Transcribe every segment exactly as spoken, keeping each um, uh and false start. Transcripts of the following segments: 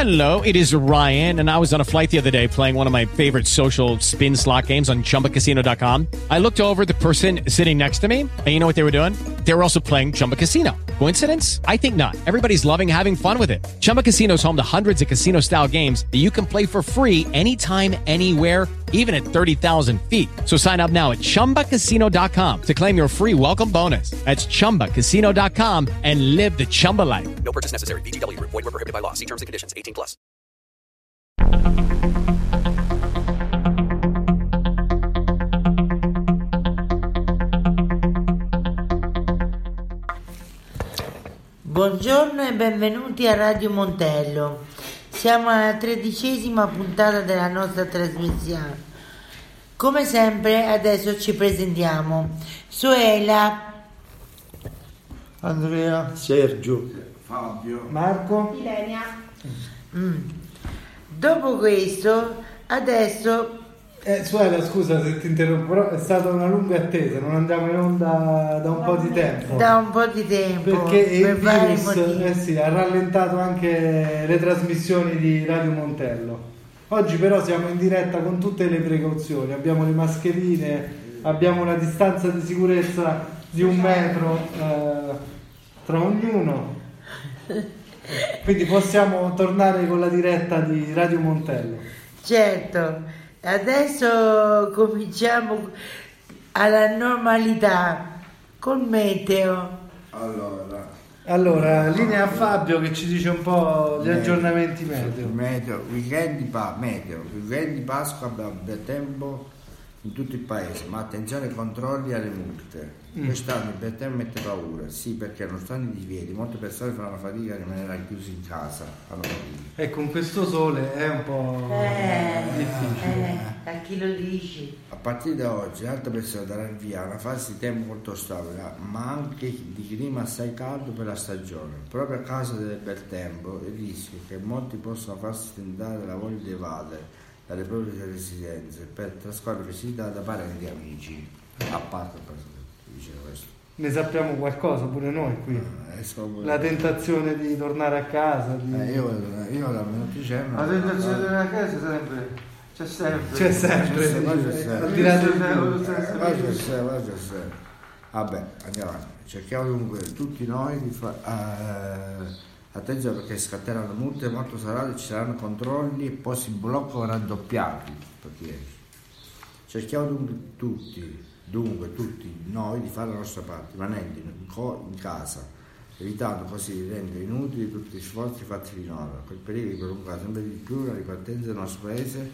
Hello, it is Ryan, and I was on a flight the other day playing one of my favorite social spin slot games on Chumba Casino dot com. I looked over at the person sitting next to me, and you know what they were doing? They were also playing Chumba Casino. Coincidence? I think not. Everybody's loving having fun with it. Chumba Casino is home to hundreds of casino-style games that you can play for free anytime, anywhere, even at thirty thousand feet. So sign up now at Chumba Casino dot com to claim your free welcome bonus. That's Chumba Casino dot com and live the Chumba life. No purchase necessary. V G W. Void where prohibited by law. See terms and conditions. eighteen plus. Buongiorno e benvenuti a Radio Montello. Siamo alla tredicesima puntata della nostra trasmissione. Come sempre adesso ci presentiamo. Suela, Andrea, Sergio, Fabio, Marco, Ilenia. Mm. Dopo questo, adesso... Eh, Suela, scusa se ti interrompo, però è stata una lunga attesa, non andiamo in onda da un po' di tempo. Da un po' di tempo. Perché per il vari virus motivi. eh sì, ha rallentato anche le trasmissioni di Radio Montello. Oggi però siamo in diretta con tutte le precauzioni, abbiamo le mascherine, abbiamo una distanza di sicurezza di un metro eh, tra ognuno. Quindi possiamo tornare con la diretta di Radio Montello. Certo. Adesso cominciamo alla normalità col meteo. Allora, Allora, linea a Fabio che ci dice un po' gli meteo, aggiornamenti meteo. meteo, weekend di, pa- meteo, weekend di Pasqua abbiamo bel tempo in tutto il paese, ma attenzione ai controlli e alle multe. Mm. Quest'anno il bel tempo mette paura, sì, perché nonostante i divieti molte persone fanno fatica a rimanere chiuse in casa. Allora, E con questo sole è un po' Eh, difficile. eh, a chi lo dici? a partire da oggi altre persone daranno il via a una fase di tempo molto stabile, ma anche di clima assai caldo per la stagione. Proprio a causa del bel tempo il rischio è che molti possano farsi tentare la voglia di evadere dalle proprie residenze per trascorrere festività da parenti e amici. A parte dice questo. Ne sappiamo qualcosa pure noi qui. Eh, so- La tentazione di tornare a casa. Di... Eh, io, io da dicembre La tentazione della casa sempre c'è sempre. C'è sempre. C'è sempre, dice, c'è sempre. al di là del C'è virus. sempre. Vai, c'è sempre, vai, c'è sempre. Vabbè, andiamo avanti. Cerchiamo dunque tutti noi di fare. Attenzione perché scatteranno multe molto salate, ci saranno controlli e poi si bloccano raddoppiati per chi esce. Cerchiamo dunque tutti, dunque tutti noi di fare la nostra parte, rimanendo in, co- in casa, evitando così di rendere inutili tutti gli sforzi fatti finora. Quel pericolo di prolungare sempre di più la ripartenza del nostro paese,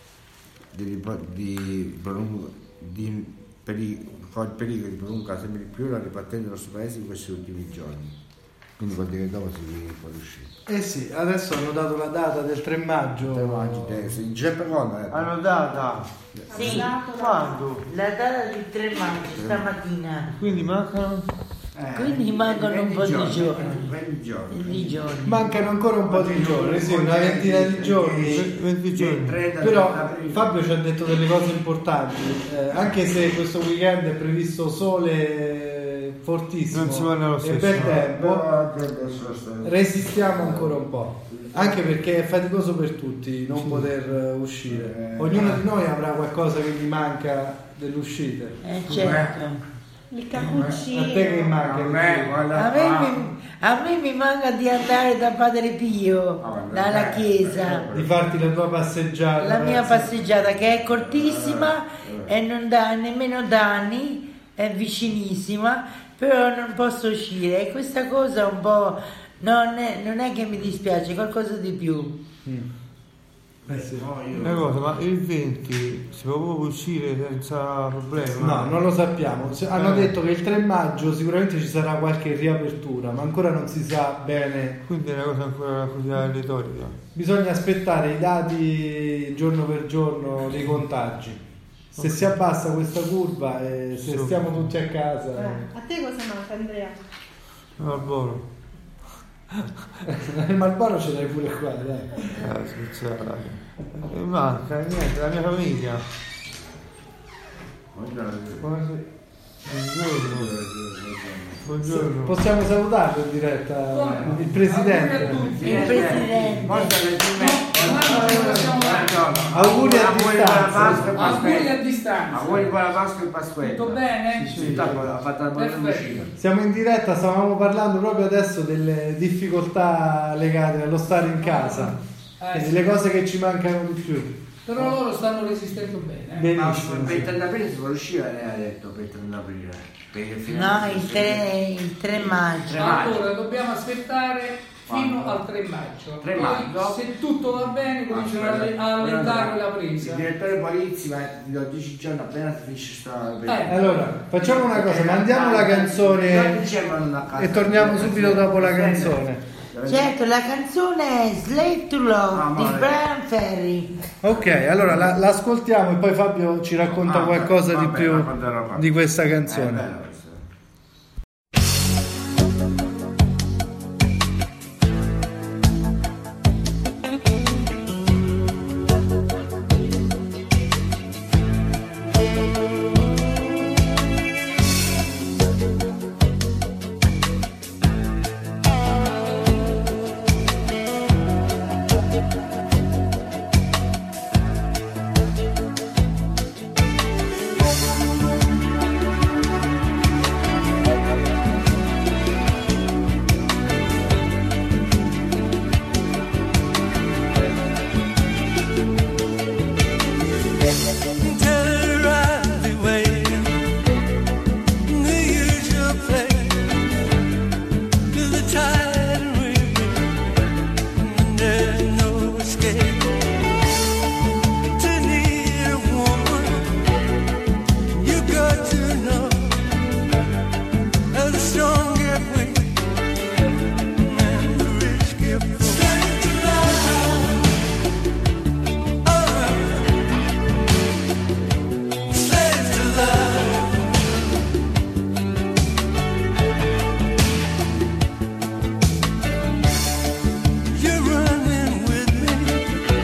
di, ripa- di, prolung- di peri- con il pericolo di prolungare sempre di più la ripartenza del nostro paese in questi ultimi giorni. Quindi vuol dire che dopo si può uscire. Eh sì, adesso hanno dato la data del tre maggio. Te lo mangi te, sì, Giuseppe Conte, eh. Hanno data Sì, quando? la data del tre maggio stamattina. Quindi mancano Eh, Quindi mancano un po' di giorni. venti giorni. Di giorni. Mancano ancora un po' di giorni, sì, una ventina di giorni. venti giorni. Però Fabio ci ha detto delle cose importanti, eh, anche se questo weekend è previsto sole fortissimo Non si va nello e stesso. bel tempo, resistiamo ancora un po', anche perché è faticoso per tutti non poter eh, uscire. Ognuno di noi avrà qualcosa che gli manca dell'uscita. Eh certo. Il A cappuccino. te che manca? A me, guarda A me, qua. mi, a me mi manca di andare da Padre Pio, dalla chiesa. Di farti la tua passeggiata. La mia verso- passeggiata che è cortissima e non dà nemmeno danni, è vicinissima, però non posso uscire e questa cosa un po' non è, non è che mi dispiace, qualcosa di più. Mm. Eh sì. Una cosa, ma il venti si può proprio uscire senza problemi? No, non lo sappiamo. Se- Hanno Eh. detto che il tre maggio sicuramente ci sarà qualche riapertura, ma ancora non si sa bene. Quindi è una cosa ancora così retorica. Bisogna aspettare i dati giorno per giorno dei contagi. Se si abbassa questa curva e se Sì. stiamo tutti a casa. Eh, A te cosa manca, Andrea? No, buono. Il Marlboro ce l'hai pure qua, dai. Eh, scherzare. E manca niente, la mia famiglia. Come si- Buongiorno. Possiamo salutarlo in diretta, il presidente. Il presidente. Auguri a distanza. Auguri a distanza. Auguri buona Pasqua e Pasquetta. Tutto bene? Sì, sì. Ha fatto la buona uscita. Siamo in diretta, stavamo parlando proprio adesso delle difficoltà legate allo stare in casa, Eh, quindi sì. le cose che ci mancano di più. Però loro stanno resistendo bene. eh. Benissimo. Ma per il Sì. trenta aprile si può uscire, lei ha detto per il trenta aprile. Per il No, finale- il tre, il tre maggio. Tre maggio. Allora dobbiamo aspettare fino Quando? al tre maggio. tre Poi, maggio. se tutto va bene cominciano a Aspetta, a allentare la Il presa. direttore Polizzi, ma ti do dieci giorni appena finisce sta Eh. Allora, facciamo una cosa, mandiamo la canzone e torniamo subito dopo la canzone. Certo, la canzone è Slave to Love Ah, di male. Brian Ferry. Ok, allora la, la ascoltiamo e poi Fabio ci racconta Ah, qualcosa va di bene, più racconterò Fabio. di questa È canzone. bello questo. You're running with me.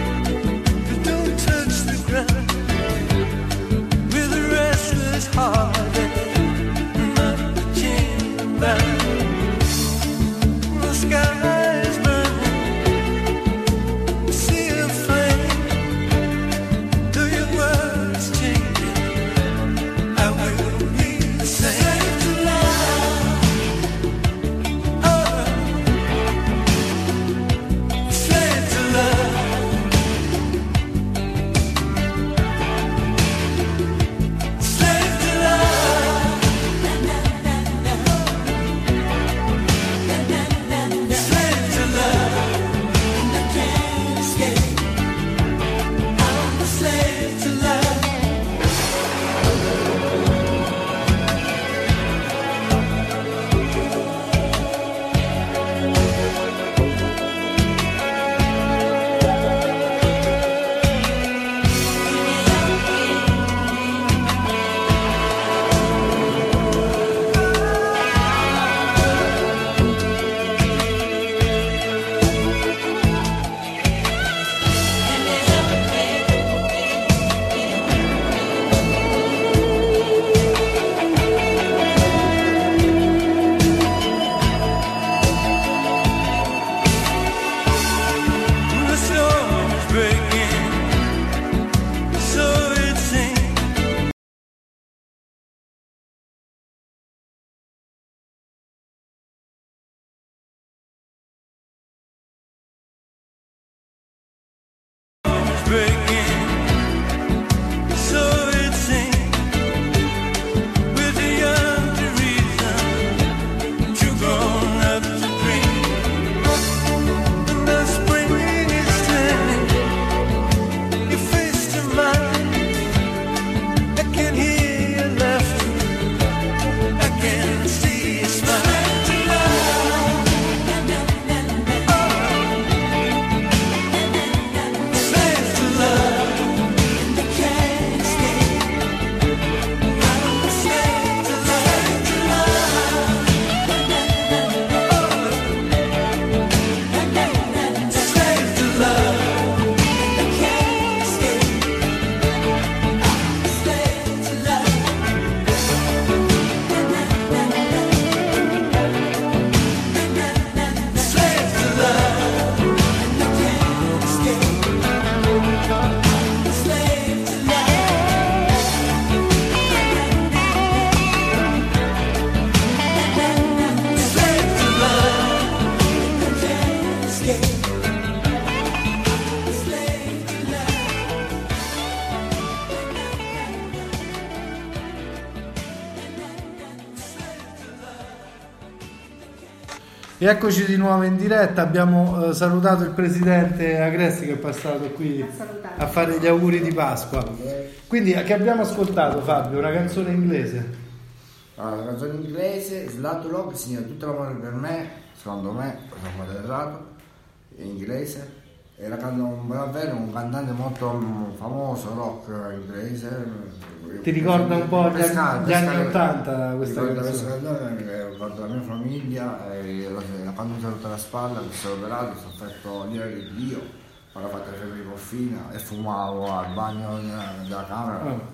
E eccoci di nuovo in diretta, abbiamo eh, salutato il presidente Agresti che è passato qui a fare gli auguri di Pasqua. Quindi che abbiamo ascoltato, Fabio? Una canzone inglese? Allora, la canzone inglese, Slato Love, significa tutto l'amore per me, secondo me, sono modernato, in inglese. E la canta un Branford, un cantante molto famoso, rock inglese. Ti ricorda un po' gli, Pesca- gli anni pesca- ottanta questa ricorda canzone? questa canzone, ricordo la mia famiglia, e la, la quando mi sono rotta la spalla, mi sono operato, mi sono fatto l'ira di Dio, poi ho fatto la febbre di morfina e fumavo al bagno della, della camera. Oh.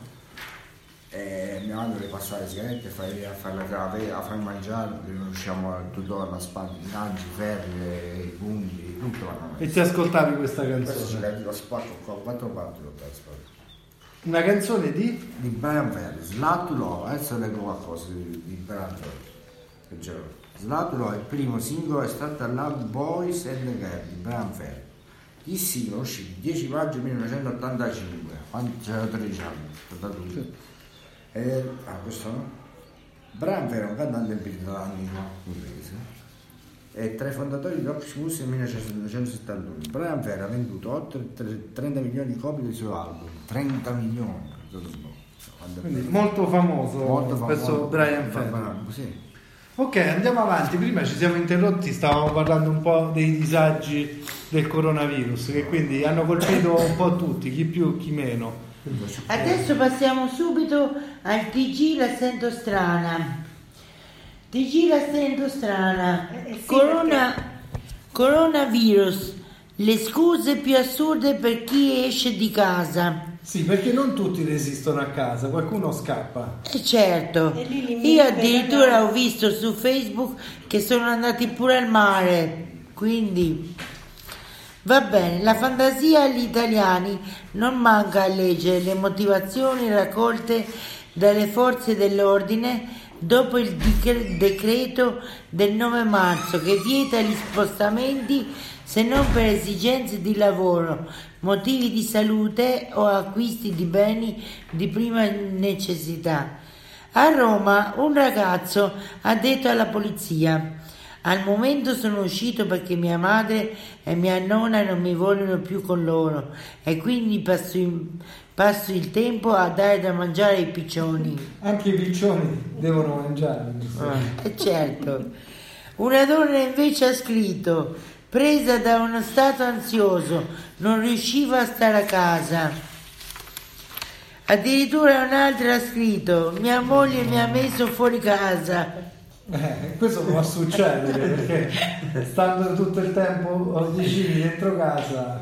E mia madre deve passare le sigarette, fai, a fare la terapia, a fare mangiare, non riusciamo a tutto alla spalla, i ganci, i ferri, i punti, tutto vanno E ti ascoltavi questa Questo ce canzone? l'ho spacco qua, quattro parti l'ho spacco. Una canzone di? Di Brian Ferry, Slatulo, adesso leggo qualcosa di, di Brian Ferry. Slatulo è il primo singolo estratto da Love Boys and the Girl di Brian Ferry. Il singolo uscì il dieci maggio millenovecentottantacinque, quando c'era tredici anni, ottantadue. E, ah, questo no? Brian Ferry è un cantante britannico inglese e tra i fondatori di Rock Music nel millenovecentosettantuno. Brian Ferry ha venduto oltre trenta milioni di copie dei suoi album. trenta milioni. Quindi molto famoso, Molto questo famoso. Brian Ferry. Sì. Ok, andiamo avanti. Prima ci siamo interrotti, stavamo parlando un po' dei disagi del coronavirus, che quindi hanno colpito un po' tutti, chi più, chi meno. Adesso passiamo subito al T G, la sento strana. T G, la sento strana. Eh, sì, Corona, coronavirus, le scuse più assurde per chi esce di casa. Sì, perché non tutti resistono a casa, qualcuno scappa. E certo, E lì limiti io per addirittura andare. ho visto su Facebook che sono andati pure al mare, quindi va bene. La fantasia agli italiani non manca a leggere le motivazioni raccolte dalle forze dell'ordine dopo il dic- decreto del nove marzo che vieta gli spostamenti se non per esigenze di lavoro, motivi di salute o acquisti di beni di prima necessità. A Roma un ragazzo ha detto alla polizia: al momento sono uscito perché mia madre e mia nonna non mi vogliono più con loro e quindi passo, in- passo il tempo a dare da mangiare ai piccioni. Anche i piccioni devono mangiare. E certo. Una donna invece ha scritto: presa da uno stato ansioso, non riusciva a stare a casa. Addirittura un'altra ha scritto: mia moglie mi ha messo fuori casa. Eh, questo può succedere perché stando tutto il tempo vicini dentro casa.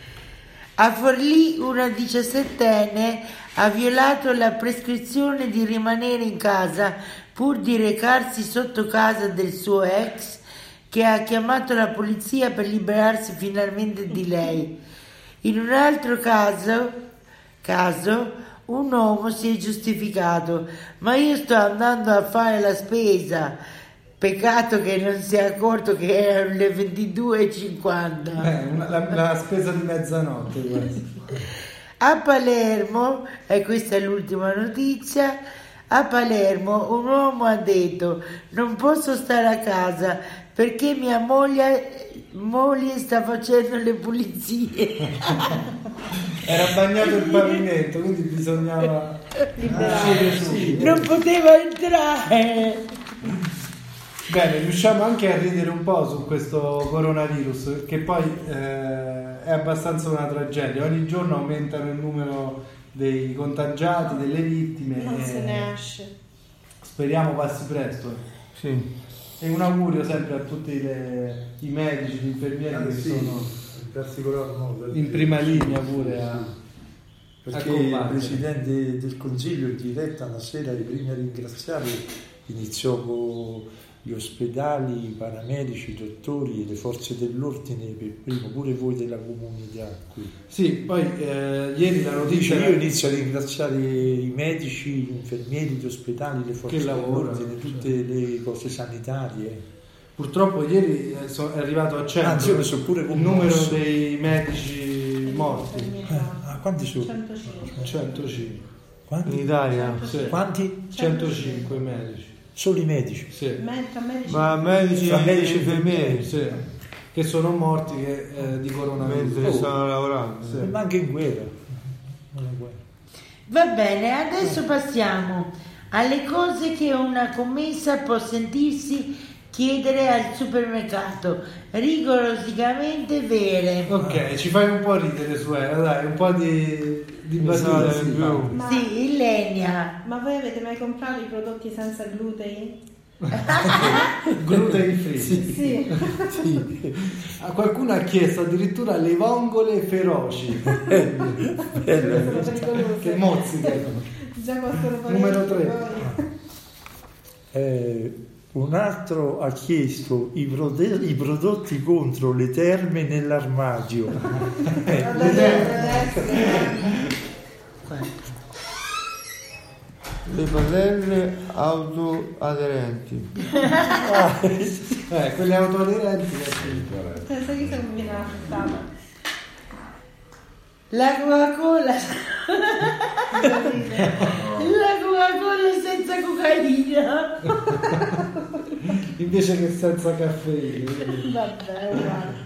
A Forlì una diciassettenne ha violato la prescrizione di rimanere in casa pur di recarsi sotto casa del suo ex, che ha chiamato la polizia per liberarsi finalmente di lei. In un altro caso, caso un uomo si è giustificato: ma io sto andando a fare la spesa. Peccato che non si è accorto che erano le ventidue e cinquanta. Eh, una- la, la spesa di mezzanotte questa. A Palermo, e questa è l'ultima notizia, a Palermo un uomo ha detto: non posso stare a casa perché mia moglie, moglie sta facendo le pulizie. Era bagnato il pavimento, quindi bisognava uscire subito. Non poteva entrare. Bene, riusciamo anche a ridere un po' su questo coronavirus, che poi eh, è abbastanza una tragedia. Ogni giorno aumentano il numero dei contagiati, delle vittime. Non e se ne esce. speriamo passi presto. Sì. E un augurio sempre a tutti le- i medici, gli infermieri che sono in particolar modo in prima linea pure a, a perché il combattere. Presidente del Consiglio in diretta la sera, i primi a ringraziare, iniziò con gli ospedali, i paramedici, i dottori e le forze dell'ordine per primo, pure voi della comunità qui. Sì, poi eh, ieri la Dice, notizia io era- inizio a ringraziare i medici, gli infermieri, gli ospedali, le forze Che lavorano, dell'ordine, tutte le cose sanitarie. purtroppo ieri è so- è arrivato a cento Anzi, io mi sono pure il numero commosso. dei medici morti. Ah, quanti sono? centocinque. centocinque. In Quanti? Italia? Sì. Quanti? centocinque medici. solo i medici. Sì. Me- tra medici Ma medici Tra e medici e infermieri, Sì. Che sono morti che, eh, di coronavirus. mentre Oh. stanno lavorando. Sì. Ma anche in guerra. Non è guerra. Va bene, adesso passiamo alle cose che una commessa può sentirsi chiedere al supermercato, rigorosamente vere. Ok, ci fai un po' ridere su Era, dai, un po' di, di Esatto, battuta in si più. fa. Ma, Sì, Illenia. ma voi avete mai comprato i prodotti senza glutei? Gluten free. Sì. Sì. Ah, qualcuno ha chiesto addirittura le vongole feroci Sono pericolose. che mozzicano. Già costano parecchio. Numero tre. poi. Eh, un altro ha chiesto i, prode- i prodotti contro le terme nell'armadio. Eh, Guardate, adesso, Le padelle autoaderenti. Eh, quelle autoaderenti che sì. penso che se mi viene la frittata. La Coca-Cola. La Coca-Cola senza cocaina. Invece che senza caffeina. Vabbè, uguale.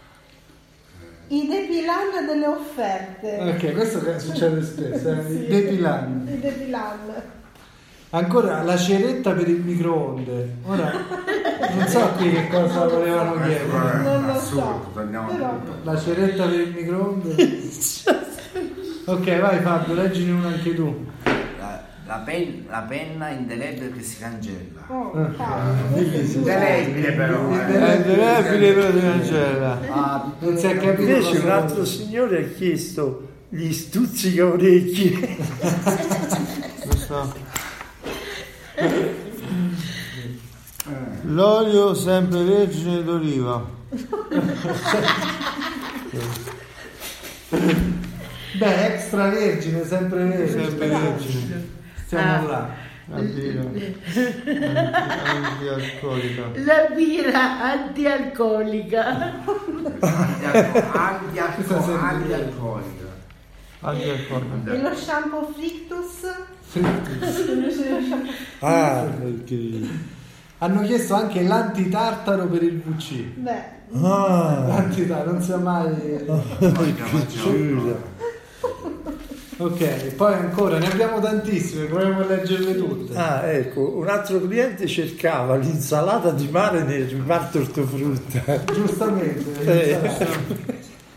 I depilan delle offerte. Ok, questo che succede spesso, eh? Sì. Il depilan. I depilan. Ancora la ceretta per il microonde. Ora non so qui che cosa volevano chiedere. Non lo Assurdo, so. torniamo a Però tutto. La ceretta per il microonde. Ok, vai Fabio, leggine una anche tu. La, la, pen- la penna indelebile che si cancella. oh, Eh. cavolo. Indelebile però. È Eh. indelebile però di cancella. Ah, Non si è capito Invece cosa un altro signore ha chiesto gli stuzzica orecchie. Lo so. L'olio sempre vergine d'oliva. Beh, extravergine, sempre vergine. Sempre vergine. Stiamo Ah. là. La birra antialcolica. La birra antialcolica. Antialco- antialco- Questa sembra- antialcolica. Antialcolica. E lo shampoo Frictus? Fritti. Invece dello shampoo. Ah, perché... Hanno chiesto anche l'antitartaro per il V C. Beh, Ah, L'antitartaro, non sia mai. che giuro. Ok, poi ancora, ne abbiamo tantissime, proviamo a leggerle tutte. Ah, ecco, un altro cliente cercava l'insalata di mare nel reparto ortofrutta. Giustamente. Eh.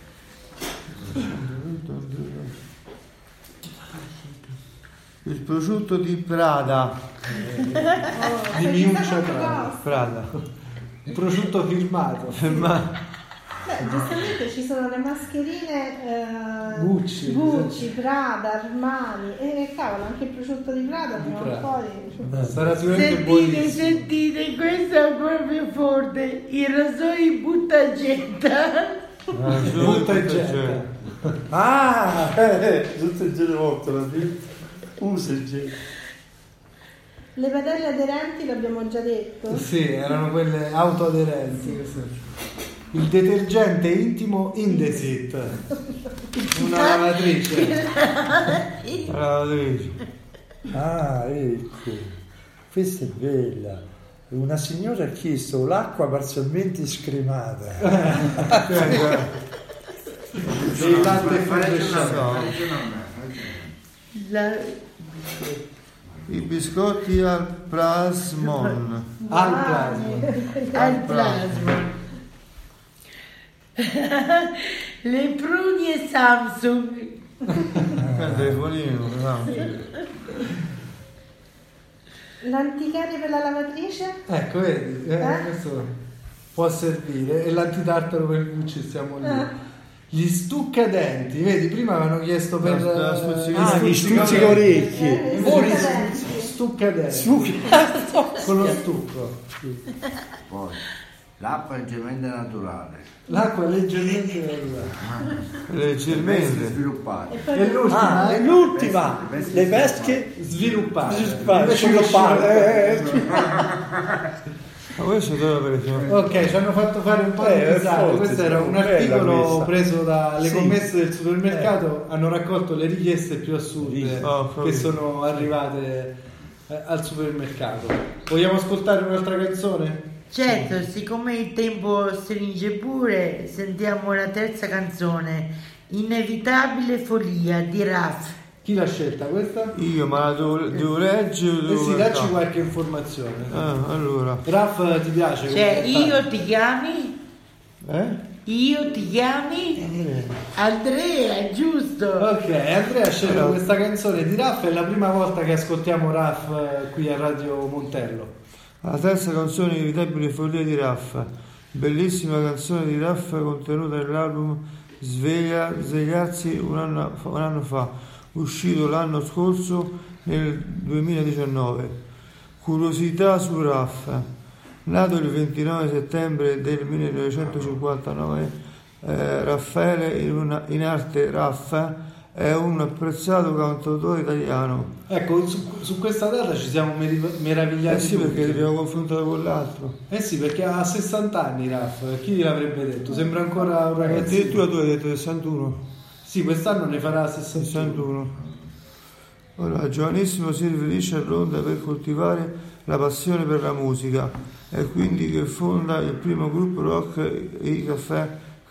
Il prosciutto di Prada. Di oh, Miuccia chissà quanto Prada. costa. Prada. Un prosciutto firmato. Ma Beh, giustamente ci sono le mascherine eh, Gucci. Gucci, Prada, Armani e cavolo, anche il prosciutto di Prada Di prima o Prada. poi. Sarà sicuramente Sentite, buonissimo. sentite, questo è proprio forte. I rasoi buttagetta. Butta e getta. Ah, eh, tutte e due le volte la vita. Usa il gelo. Le padelle aderenti l'abbiamo già detto. Sì, erano quelle autoaderenti. queste. Il detergente intimo Indesit. Una lavatrice. lavatrice. Ah, ecco, questa è bella. Una signora ha chiesto l'acqua parzialmente scremata. Dei latte Fare fresciati. La, I biscotti al plasmon. Al plasma. al plasma. Le prugne Samsung. Il telefonino. No. L'anticaria per la lavatrice? Ecco, vedi, eh, Eh? questo può servire. E l'antitartaro per il Gucci, siamo lì. Ah. Gli stuccadenti, vedi, prima avevano chiesto per La- la eh, stuzzica- Ah, gli stuzzica- stuzzica orecchie. Eh, Invece sì, gli stuccadenti Stucca- con lo stucco. Poi l'acqua leggermente naturale. L'acqua leggermente naturale. Vesti Leggermente. sviluppate. E poi E l'ultima, Ah, eh, è l'ultima. Le pesche sviluppate. sviluppate. Invece sviluppate. che Eh, sciroppate. Ma questo dove per esempio? Ok, ci hanno fatto fare un po' Eh, di è risate. forte, Questo era un bella articolo questa. preso dalle Sì. commesse del supermercato. Hanno raccolto le richieste più assurde Sì. Oh, che sono arrivate eh, al supermercato. Vogliamo ascoltare un'altra canzone? Certo, siccome il tempo stringe pure, sentiamo la terza canzone, Inevitabile follia di Raf. Chi l'ha scelta questa? Io, ma la devo, devo leggere? Eh Devo sì, dacci cantare? qualche informazione. Ah, allora. Raf, ti piace? Cioè, come io ti chiami? Eh? Io ti chiami? Andrea, giusto? Ok, Andrea ha scelto Allora. questa canzone di Raf, è la prima volta che ascoltiamo Raf eh, qui a Radio Montello. La terza canzone, Inevitabile follia di Raffa, bellissima canzone di Raffa contenuta nell'album Sveglia, Svegliarsi un anno, fa- un anno fa, uscito l'anno scorso nel duemiladiciannove. Curiosità su Raffa. Nato il ventinove settembre del millenovecentocinquantanove, eh, Raffaele, in, una, in arte Raffa, è un apprezzato cantautore italiano. Ecco, su, su questa data ci siamo meri- meravigliati Eh sì, tutti. perché l'abbiamo confrontato con l'altro. Eh sì, perché ha sessanta anni Raff, chi gliel'avrebbe detto? Sembra ancora un Addirittura ragazzino. tu hai detto sessantuno. Sì, quest'anno ne farà sessantuno. sessantuno. Ora, giovanissimo si riferisce a Londra per coltivare la passione per la musica, e quindi che fonda il primo gruppo rock, i Caffè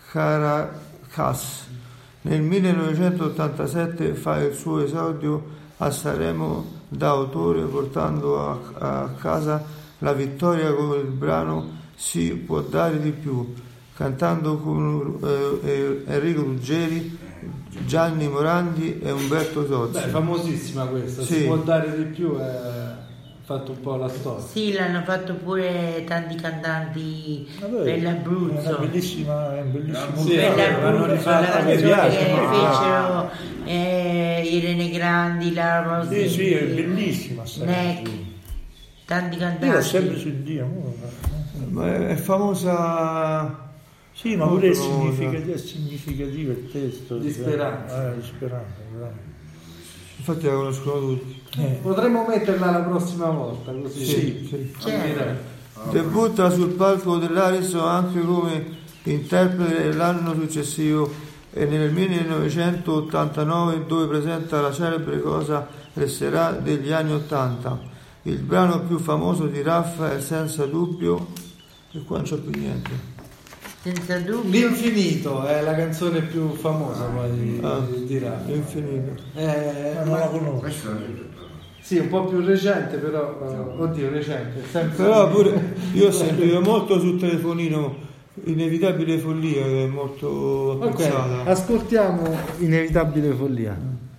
Caracas. Nel millenovecentottantasette fa il suo esordio a Sanremo da autore, portando a, a casa la vittoria con il brano Si può dare di più, cantando con eh, Enrico Ruggeri, Gianni Morandi e Umberto Tozzi. Beh, famosissima questa, Sì. Si può dare di più, ha fatto un po' la storia. Sì, l'hanno fatto pure tanti cantanti Vabbè, per È una l'Abruzzo. bellissima, è un bellissimo Sì, Per eh, l'hanno l'Abruzzo, rifatta, la mi canzone piace, che no? fecero eh, Irene Grandi, Laura Pausini, Sì, sì, è bellissima sta Neck, canzone. tanti Io l'ho sempre cantanti. sentita. mo- Ma è, è famosa. Sì, ma pure è Molto famosa. significativo, è significativo il testo. Di speranza. Eh, di speranza, bravo. Infatti la conoscono tutti. Eh, Potremmo metterla la prossima volta, così. Sì, sì. Certo. Debutta sul palco dell'Ariston anche come interprete l'anno successivo e nel millenovecentottantanove, dove presenta la celebre Cosa resterà degli anni ottanta. Il brano più famoso di Raffa è senza dubbio, e qua non c'è più niente. Senza dubbio. L'Infinito è la canzone più famosa poi di, Ah, di Raff. Infinito. Eh, ma non la conosco. Questo è sì, un po' più recente, però eh, oddio, recente. Sempre Però pure io ho sentito molto sul telefonino Inevitabile follia, che è molto Ok, apprezzata. ascoltiamo Inevitabile follia.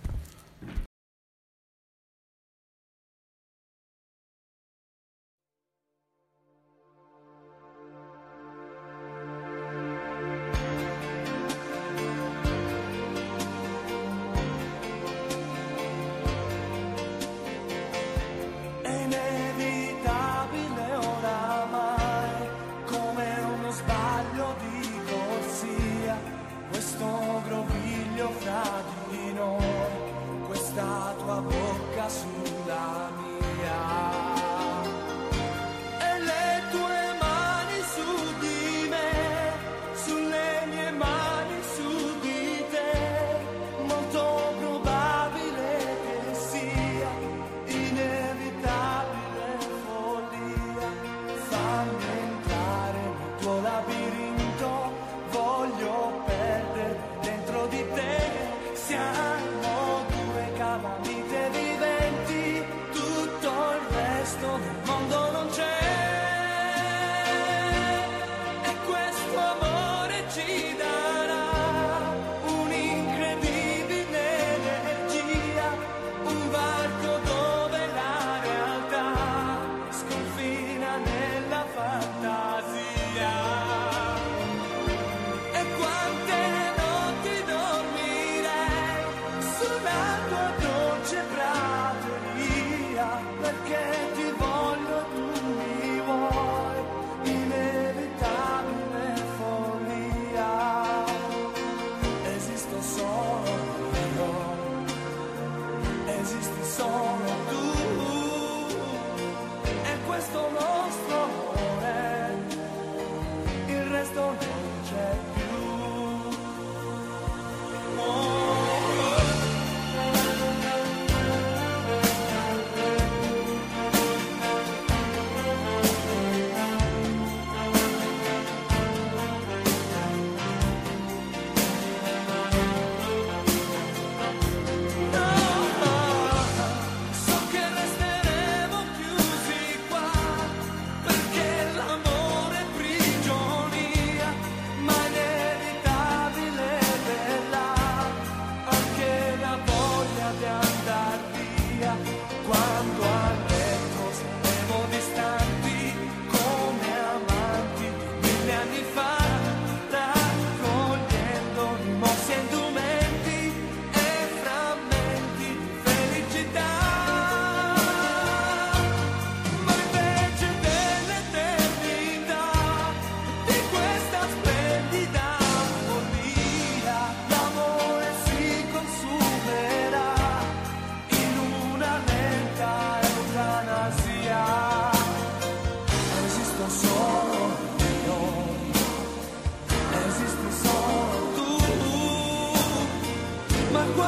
È inevitabile oramai, come uno sbaglio di corsia, questo groviglio fra di noi.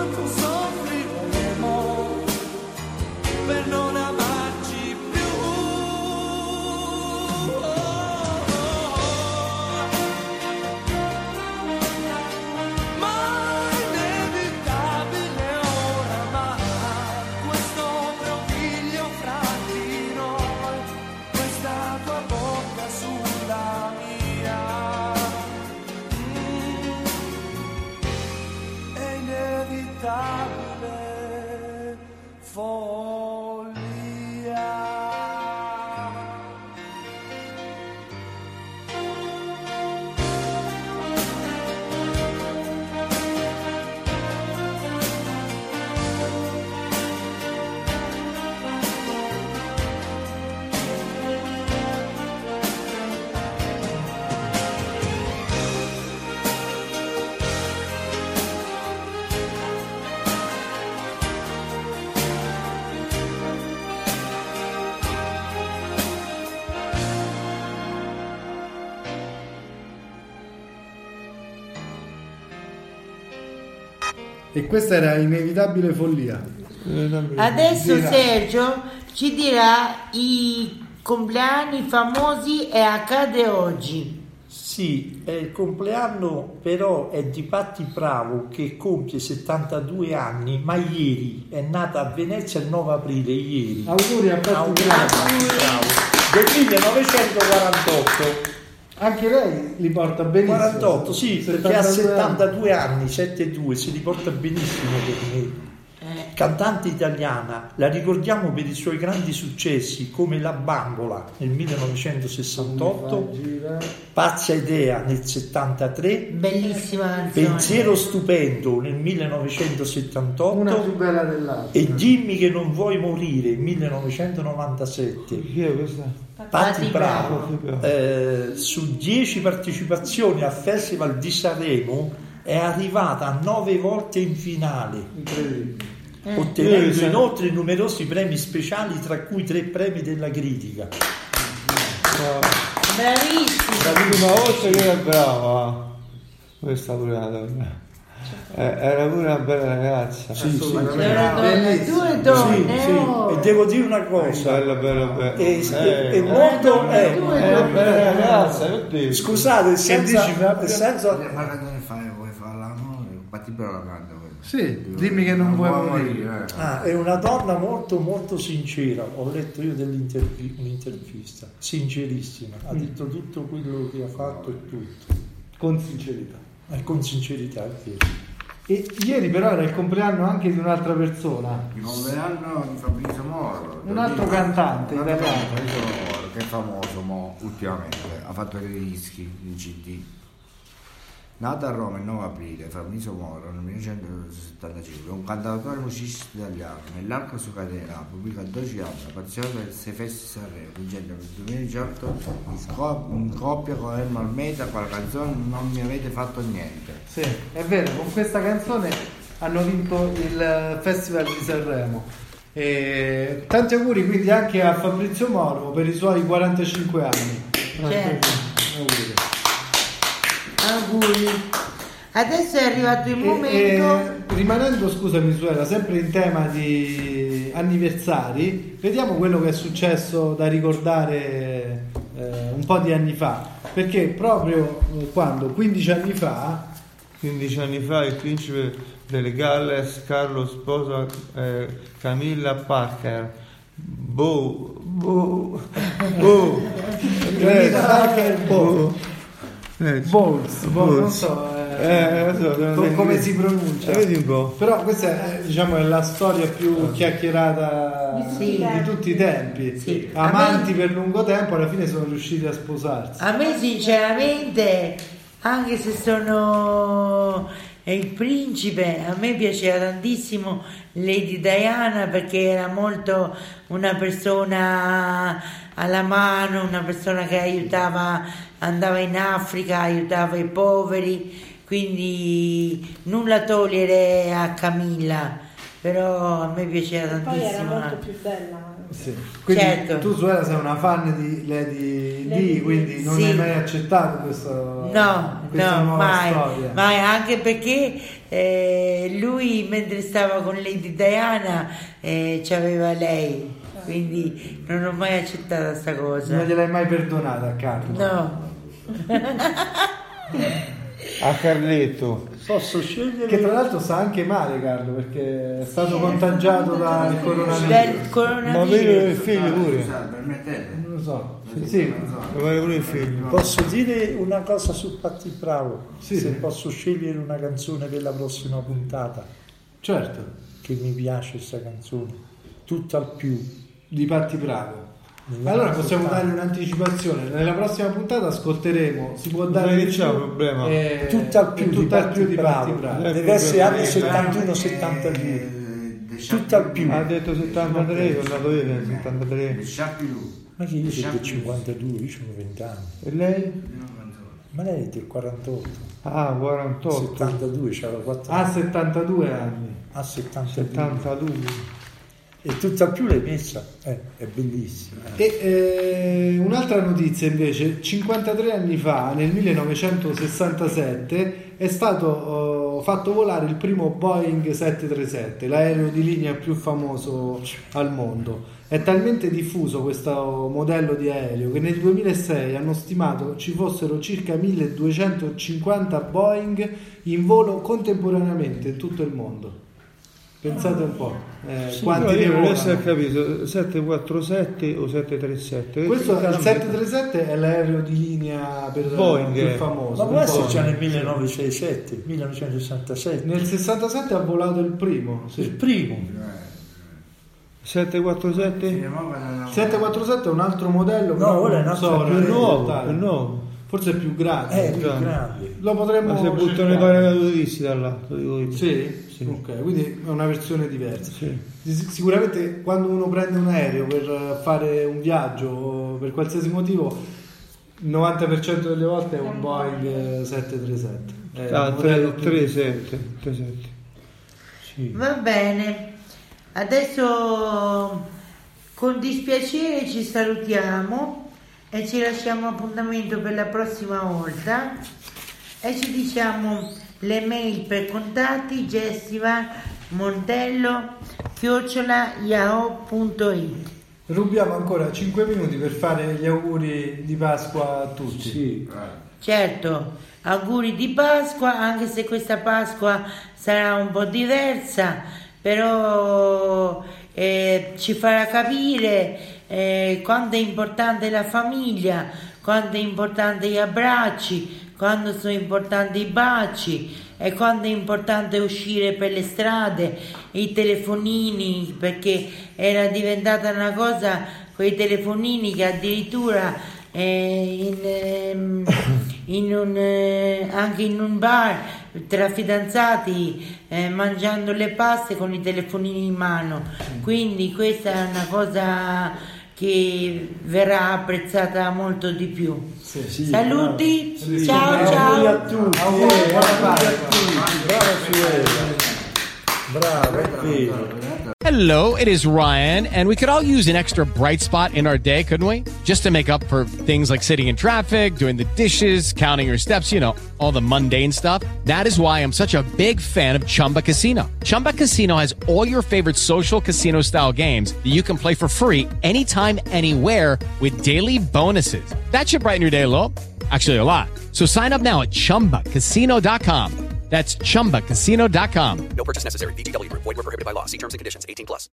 quanto soffriremo per non amarci più. Ma è inevitabile oramai questo propiglio fra di noi, questa tua bocca sulla mia. Mm. È inevitabile follia. E questa era Inevitabile follia. Adesso Dirà. Sergio ci dirà i compleanni famosi e accade oggi. Sì, è il compleanno però è di Patti Bravo che compie settantadue anni, ma ieri è nata a Venezia il nove aprile, ieri. Auguri a Patti Auguri Bravo. a Patti Bravo. Del millenovecentoquarantotto. Anche lei li porta benissimo. quarantotto, sì, perché ha settantadue anni. settantadue anni, sette due, si riporta benissimo per me. Cantante italiana, la ricordiamo per i suoi grandi successi come La Bambola nel millenovecentosessantotto, Pazza Idea nel settantatré, bellissima canzone, Pensiero Stupendo nel millenovecentosettantotto, Una più bella dell'altra. e Dimmi che non vuoi morire nel millenovecentonovantasette. Chi è questa? Patti Bravo, eh, su dieci partecipazioni al Festival di Sanremo è arrivata a nove volte in finale, Incredibile. ottenendo Eh, inoltre numerosi premi speciali, tra cui tre premi della critica. bravissima. La prima volta che era brava. Questa pure la donna. Eh, era pure una bella ragazza. Sì, sì, C'è una donna, due donne, sì, oh. E devo dire una cosa, Bella, bella, bella. è, è- è Eh, molto eh, eh, due È una bella ragazza, che ho detto. scusate, senza, dici, Fabio? senza- Ma canzone fai, vuoi farla? No, Patti Bravo la canta quella. Sì, dimmi che non vuoi morire. eh. ah, è una donna molto molto sincera. Ho letto io dell'intervi- un'intervista sincerissima, ha detto tutto quello che ha fatto e tutto. Con sincerità. E con sincerità, è vero. E ieri però era il compleanno anche di un'altra persona. Il compleanno di Fabrizio Moro. Un altro cantante Un altro italiano. cantante, Fabrizio Moro, che è famoso mo, ultimamente, ha fatto dei dischi in C D. Nato a Roma il nove aprile, Fabrizio Moro nel millenovecentosettantacinque, è un cantautore musicista italiano. Nell'arco su catena ha pubblicato dodici album, partecipato ai sei festival Sanremo, vincendo nel duemiladiciotto in, co- in coppia con Ermo Almeida con la canzone Non mi avete fatto niente. Sì, è vero, con questa canzone hanno vinto il Festival di Sanremo. E tanti auguri quindi anche a Fabrizio Moro per i suoi quarantacinque anni. Certo. Auguri. Auguri. Adesso è arrivato il E- momento. e rimanendo, scusami Suela, sempre in tema di anniversari, vediamo quello che è successo da ricordare eh, un po' di anni fa, perché proprio eh, quando quindici anni fa quindici anni fa il principe delle Galles Carlo sposa eh, Camilla Parker. Boh, boh, boh. Camilla Parker Boh. Eh, Bowles, boh, non Bowles. so, eh, Eh, non so, co- come si pronuncia. Eh, vedi un po'. Però questa è, diciamo, è la storia più chiacchierata Sì. di tutti i tempi. Sì. Amanti per lungo tempo, alla fine sono riusciti a sposarsi. A me sinceramente, anche se sono il principe, a me piaceva tantissimo Lady Diana perché era molto una persona alla mano, una persona che aiutava, andava in Africa, aiutava i poveri, quindi nulla togliere a Camilla, però a me piaceva Poi era tantissimo. molto più bella. Sì. Quindi Certo. tu Suela sei una fan di Lady Di, quindi non Sì. hai mai accettato questo, No, questa no, nuova mai, storia. mai, anche perché eh, lui mentre stava con Lady Diana eh, c'aveva lei, quindi non ho mai accettato sta cosa. Non gliel'hai mai perdonata a Carlo? No. A Carletto. Posso scegliere? Che tra l'altro sta anche male Carlo perché è stato contagiato dal coronavirus. Del coronavirus. Ma vedo il figlio pure. Permettete? Non lo so. Sì. Lo vedo pure il figlio. Posso dire una cosa su Patti Bravo? Sì. Se posso scegliere una canzone per la prossima puntata, Certo, che mi piace questa canzone, tutta al più. di Patti Bravo. Nella Allora possiamo puntata. dare un'anticipazione. Nella prossima puntata ascolteremo, si può dare Sai che di c'è più, un problema? eh, Tutt'al più di tutt'al Patti più di Patti Bravo. Bravo. Deve essere anni Eh, settantuno settantadue. Tutt'al più. Ha detto settantatré, è andato io nel settantatré. Ma che io sono del cinquantadue, io ho venti anni. E lei? Ma lei è del quarantotto. Ah, quarantotto. settantadue, c'aveva quattro Ha anni. settantadue anni. Ah, settantadue. settantadue. E tutt'al più l'hai messa. Eh, è bellissima. eh. E eh, un'altra notizia invece, cinquantatré anni fa, nel millenovecentosessantasette, è stato eh, fatto volare il primo Boeing sette tre sette, l'aereo di linea più famoso al mondo. È talmente diffuso questo modello di aereo che nel duemilasei hanno stimato ci fossero circa milleduecentocinquanta Boeing in volo contemporaneamente in tutto il mondo. Pensate un po', eh, Sì, quanti però ne io non riesco a volano. capire, settequattro-sette o sette tre sette? Questo il sette tre sette è l'aereo di linea per Boeing. più famoso. Ma può essere Boeing. già nel millenovecentosessantasette, millenovecentosessantasette. Nel sessantasette ha volato il primo. Sì. Il primo. sette quattro sette? sette quattro sette è un altro modello, No, però ora è non un so, altro, È non più nuovo, ricordo. è nuovo. Forse è più grande. È più grande. grande. Lo potremmo Ma se buttano i cercare. paracadutisti da là, lo dico io. Sì? Sì. Ok, quindi è una versione diversa. Sì. Sic- Sicuramente quando uno prende un aereo per fare un viaggio o per qualsiasi motivo, il novanta per cento delle volte è un Boeing sette tre sette. È Ah, il modello più- tre sette. Sì. Va bene, adesso con dispiacere ci salutiamo e ci lasciamo appuntamento per la prossima volta e ci diciamo le mail per contatti Jessica Montello chiocciola yahoo punto it. Rubiamo ancora cinque minuti per fare gli auguri di Pasqua a tutti. Sì. Certo, auguri di Pasqua, anche se questa Pasqua sarà un po' diversa, però eh, ci farà capire eh, quanto è importante la famiglia, quanto è importante gli abbracci, quanto sono importanti i baci e quanto è importante uscire per le strade, i telefonini, perché era diventata una cosa, quei telefonini che addirittura eh, in, ehm, in un, eh, anche in un bar tra fidanzati eh, mangiando le paste con i telefonini in mano, quindi questa è una cosa che verrà apprezzata molto di più. Sì. Sì, Saluti, Sì. ciao Auguri ciao. a tutti. Auguri, eh, buona auguri a Pasqua. tutti. Brava Suela. Brava, è vero. Hello, it is Ryan, and we could all use an extra bright spot in our day, couldn't we? Just to make up for things like sitting in traffic, doing the dishes, counting your steps, you know, all the mundane stuff. That is why I'm such a big fan of Chumba Casino. Chumba Casino has all your favorite social casino style games that you can play for free anytime, anywhere with daily bonuses. That should brighten your day a little. Actually, a lot. So sign up now at chumba casino dot com. That's chumba casino dot com. No purchase necessary. V G W Group. Void where prohibited by law. See terms and conditions. eighteen plus.